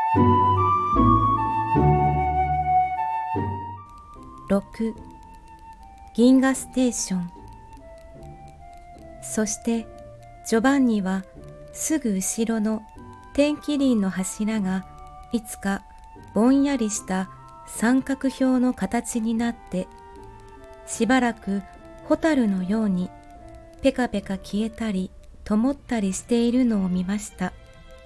6. 銀河ステーション。そしてジョバンニはすぐ後ろの天気輪の柱がいつかぼんやりした三角標の形になってしばらくホタルのようにペカペカ消えたり灯ったりしているのを見ました。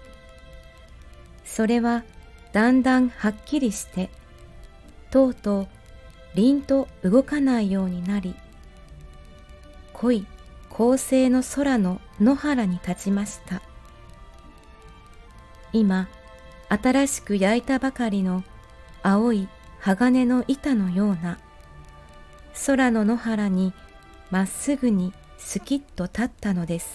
それはだんだんはっきりしてとうとう凛と動かないようになり、濃い恒星の空の野原に立ちました。今新しく焼いたばかりの青い鋼の板のような空の野原にまっすぐにスキッと立ったのです。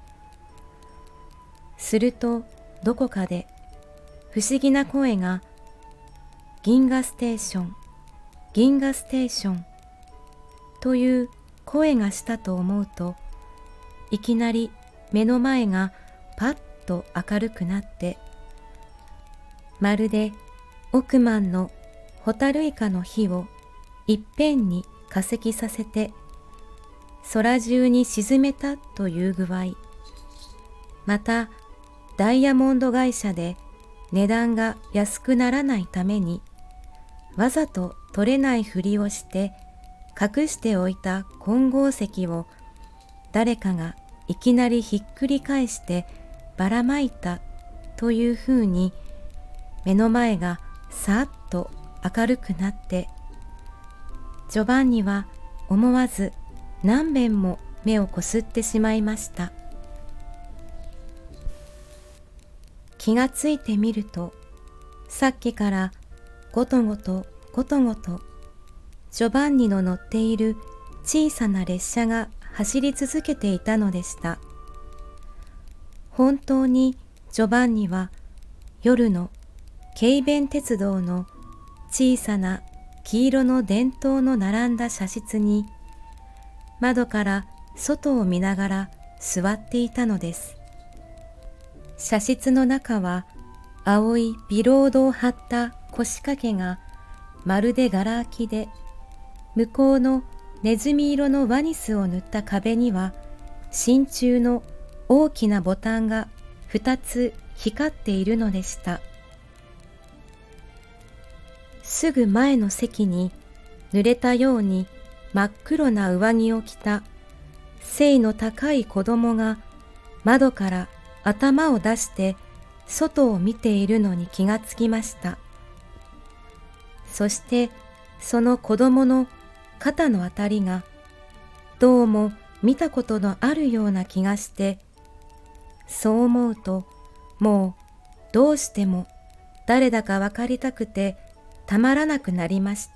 するとどこかで不思議な声が銀河ステーション、銀河ステーションという声がしたと思うと、いきなり目の前がパッと明るくなって、まるで億万のホタルイカの火をいっぺんに化石させて空中に沈めたという具合。またダイヤモンド会社で値段が安くならないためにわざと取れないふりをして隠しておいた混合石を誰かがいきなりひっくり返してばらまいたというふうに、目の前がさっと明るくなって、ジョバンニは思わず何べんも目をこすってしまいました。気がついてみると、さっきからごとごとごとごとジョバンニの乗っている小さな列車が走り続けていたのでした。本当にジョバンニは夜の軽便鉄道の小さな黄色の電灯の並んだ車室に窓から外を見ながら座っていたのです。車室の中は青いビロードを張った腰掛けがまるでガラ空きで、向こうのネズミ色のワニスを塗った壁には真鍮の大きなボタンが2つ光っているのでした。すぐ前の席に濡れたように真っ黒な上着を着た背の高い子供が窓から頭を出して外を見ているのに気がつきました。そしてその子供の肩のあたりがどうも見たことのあるような気がして、そう思うともうどうしても誰だかわかりたくてたまらなくなりました。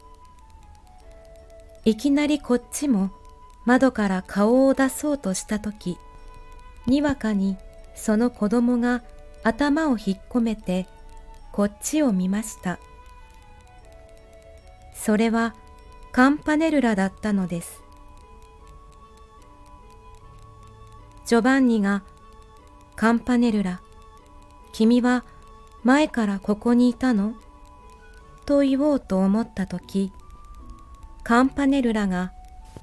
いきなりこっちも窓から顔を出そうとしたとき、にわかにその子供が頭を引っ込めてこっちを見ました。それはカンパネルラだったのです。ジョバンニが、カンパネルラ、君は前からここにいたの？と言おうと思ったとき、カンパネルラが、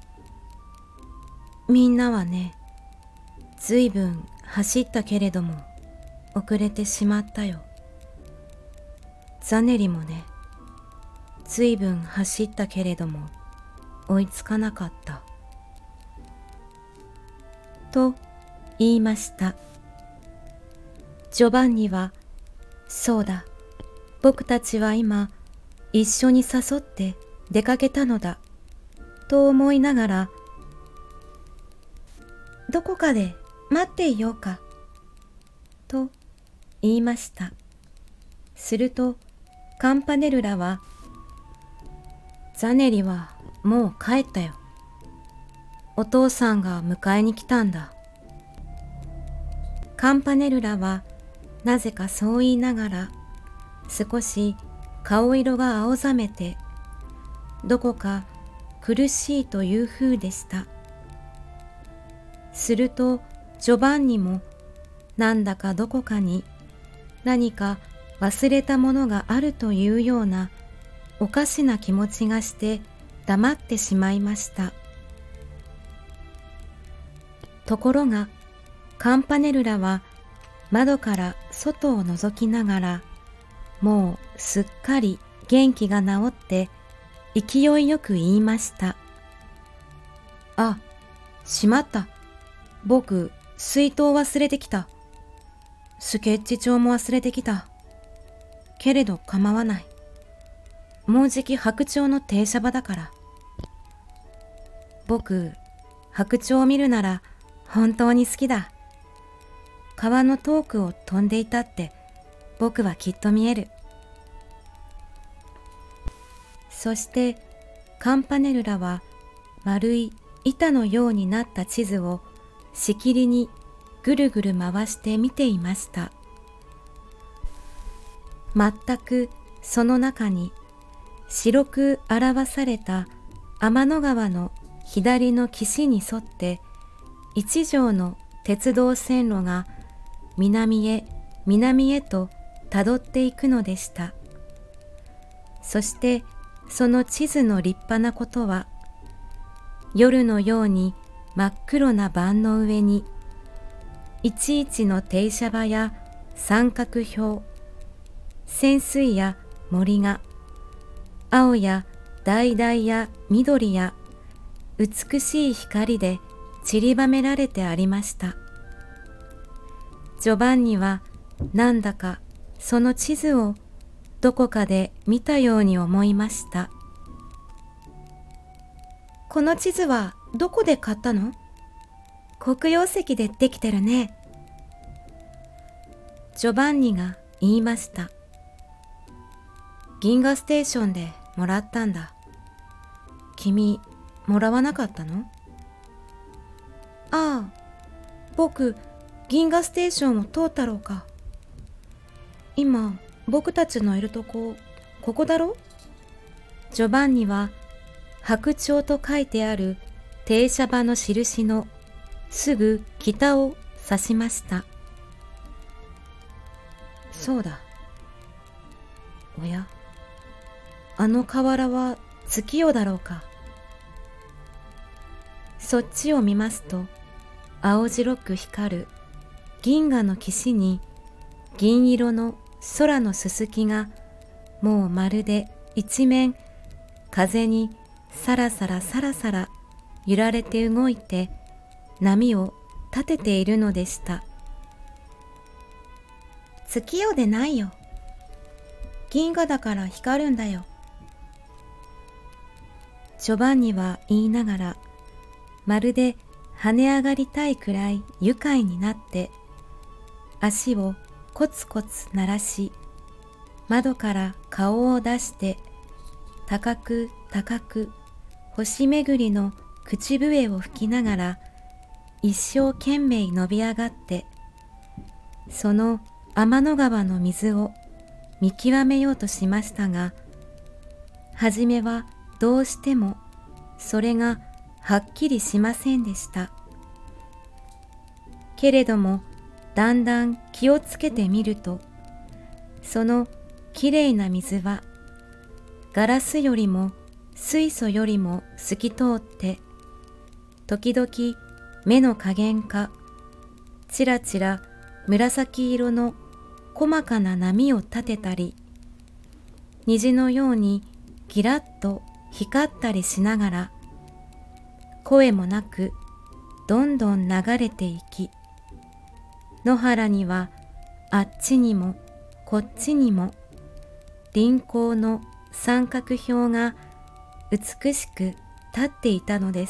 みんなはね、ずいぶん走ったけれども遅れてしまったよ。ザネリもね、ずいぶん走ったけれども追いつかなかった。と言いました。ジョバンニは、そうだ、僕たちは今一緒に誘って出かけたのだ、と思いながら、どこかで待っていようか、と言いました。するとカンパネルラは、ザネリはもう帰ったよ。お父さんが迎えに来たんだ。カンパネルラはなぜかそう言いながら少し顔色が青ざめて、どこか苦しいという風でした。するとジョバンニもなんだかどこかに何か忘れたものがあるというようなおかしな気持ちがして黙ってしまいました。ところがカンパネルラは窓から外を覗きながら、もうすっかり元気が治って勢いよく言いました。あ、しまった。僕、水筒忘れてきた。スケッチ帳も忘れてきた。けれど構わない。もうじき白鳥の停車場だから。僕、白鳥を見るなら本当に好きだ。川の遠くを飛んでいたって僕はきっと見える。そしてカンパネルラは丸い板のようになった地図をしきりにぐるぐる回して見ていました。全くその中に白く表された天の川の左の岸に沿って一条の鉄道線路が南へ南へとたどっていくのでした。そしてその地図の立派なことは、夜のように真っ黒な盤の上にいちいちの停車場や三角標、泉水や森が青や橙や緑や美しい光で散りばめられてありました。ジョバンニはなんだかその地図をどこかで見たように思いました。この地図はどこで買ったの？黒曜石でできてるね。ジョバンニが言いました。銀河ステーションでもらったんだ。君、もらわなかったの？ああ、僕、銀河ステーションを通ったろうか。今、僕たちのいるとこ、ここだろ？ジョバンニは、白鳥と書いてある停車場の印のすぐ北を指しました。そうだ。おや、あの河原は月夜だろうか。そっちを見ますと、青白く光る銀河の岸に銀色の空のすすきがもうまるで一面風にさらさらさらさら揺られて動いて波を立てているのでした。月夜でないよ。銀河だから光るんだよ。ジョバンニは言いながら、まるで跳ね上がりたいくらい愉快になって、足をコツコツ鳴らし、窓から顔を出して、高く高く星巡りの口笛を吹きながら、一生懸命伸び上がって、その天の川の水を見極めようとしましたが、はじめはどうしてもそれがはっきりしませんでした。けれどもだんだん気をつけてみると、そのきれいな水はガラスよりも水素よりも透き通って、時々目の加減かちらちら紫色の細かな波を立てたり、虹のようにギラッと光ったりしながら、声もなくどんどん流れていき、野原にはあっちにもこっちにも輪光の三角標が美しく立っていたのです。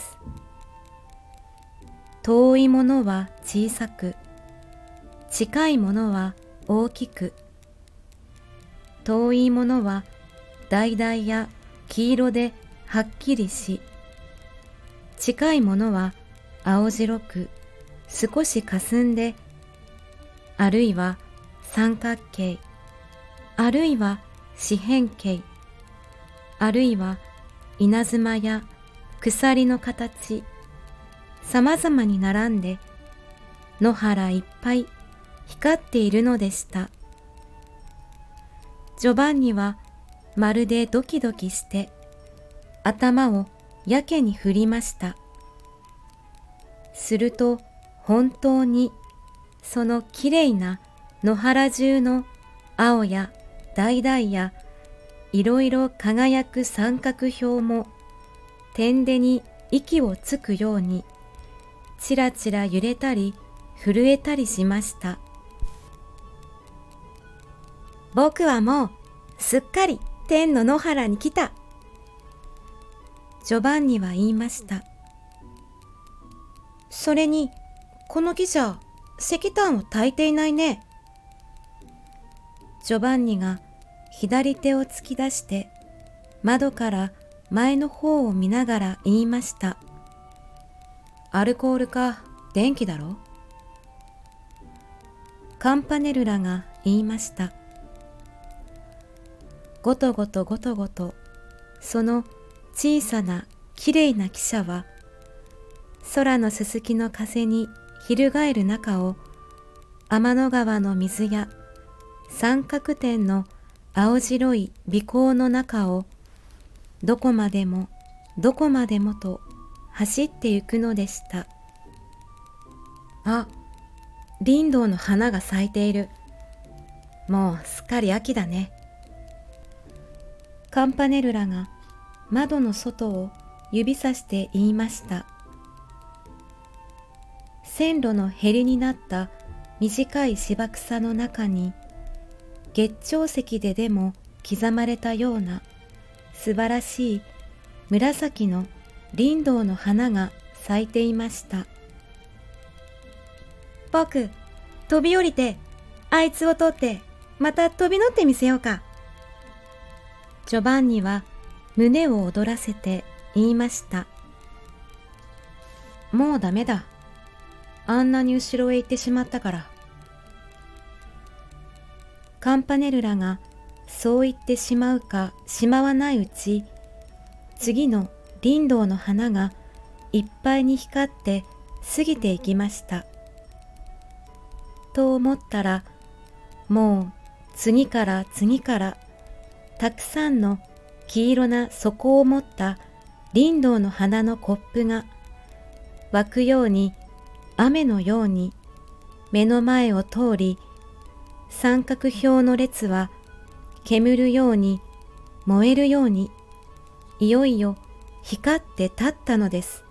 遠いものは小さく、近いものは大きく、遠いものは橙や黄色ではっきりし、近いものは青白く少し霞んで、あるいは三角形、あるいは四辺形、あるいは稲妻や鎖の形、さまざまに並んで野原いっぱい光っているのでした。 ジョバンニはまるでドキドキして頭をやけに振りました。すると本当にそのきれいな野原中の青や橙やいろいろ輝く三角標も天でに息をつくようにちらちら揺れたり震えたりしました。僕はもうすっかり天の野原に来た。ジョバンニは言いました。それにこの木じゃ石炭を焚いていないね。ジョバンニが左手を突き出して窓から前の方を見ながら言いました。アルコールか電気だろ。カンパネルラが言いました。ごとごとごとごと、その小さなきれいな汽車は空のすすきの風に翻る中を天の川の水や三角点の青白い尾行の中をどこまでもどこまでもと走ってゆくのでした。あ、リンドウの花が咲いている。もうすっかり秋だね。カンパネルラが窓の外を指さして言いました。線路のへりになった短い芝草の中に月長石ででも刻まれたような素晴らしい紫のリンドウの花が咲いていました。僕、飛び降りてあいつを取ってまた飛び乗ってみせようか。ジョバンニは胸を躍らせて言いました。もうダメだ。あんなに後ろへ行ってしまったから。カンパネルラがそう言ってしまうかしまわないうち、次のリンドウの花がいっぱいに光って過ぎていきました。と思ったら、もう次から次からたくさんの黄色な底を持ったリンドウの花のコップが湧くように雨のように目の前を通り、三角標の列は煙るように燃えるようにいよいよ光って立ったのです。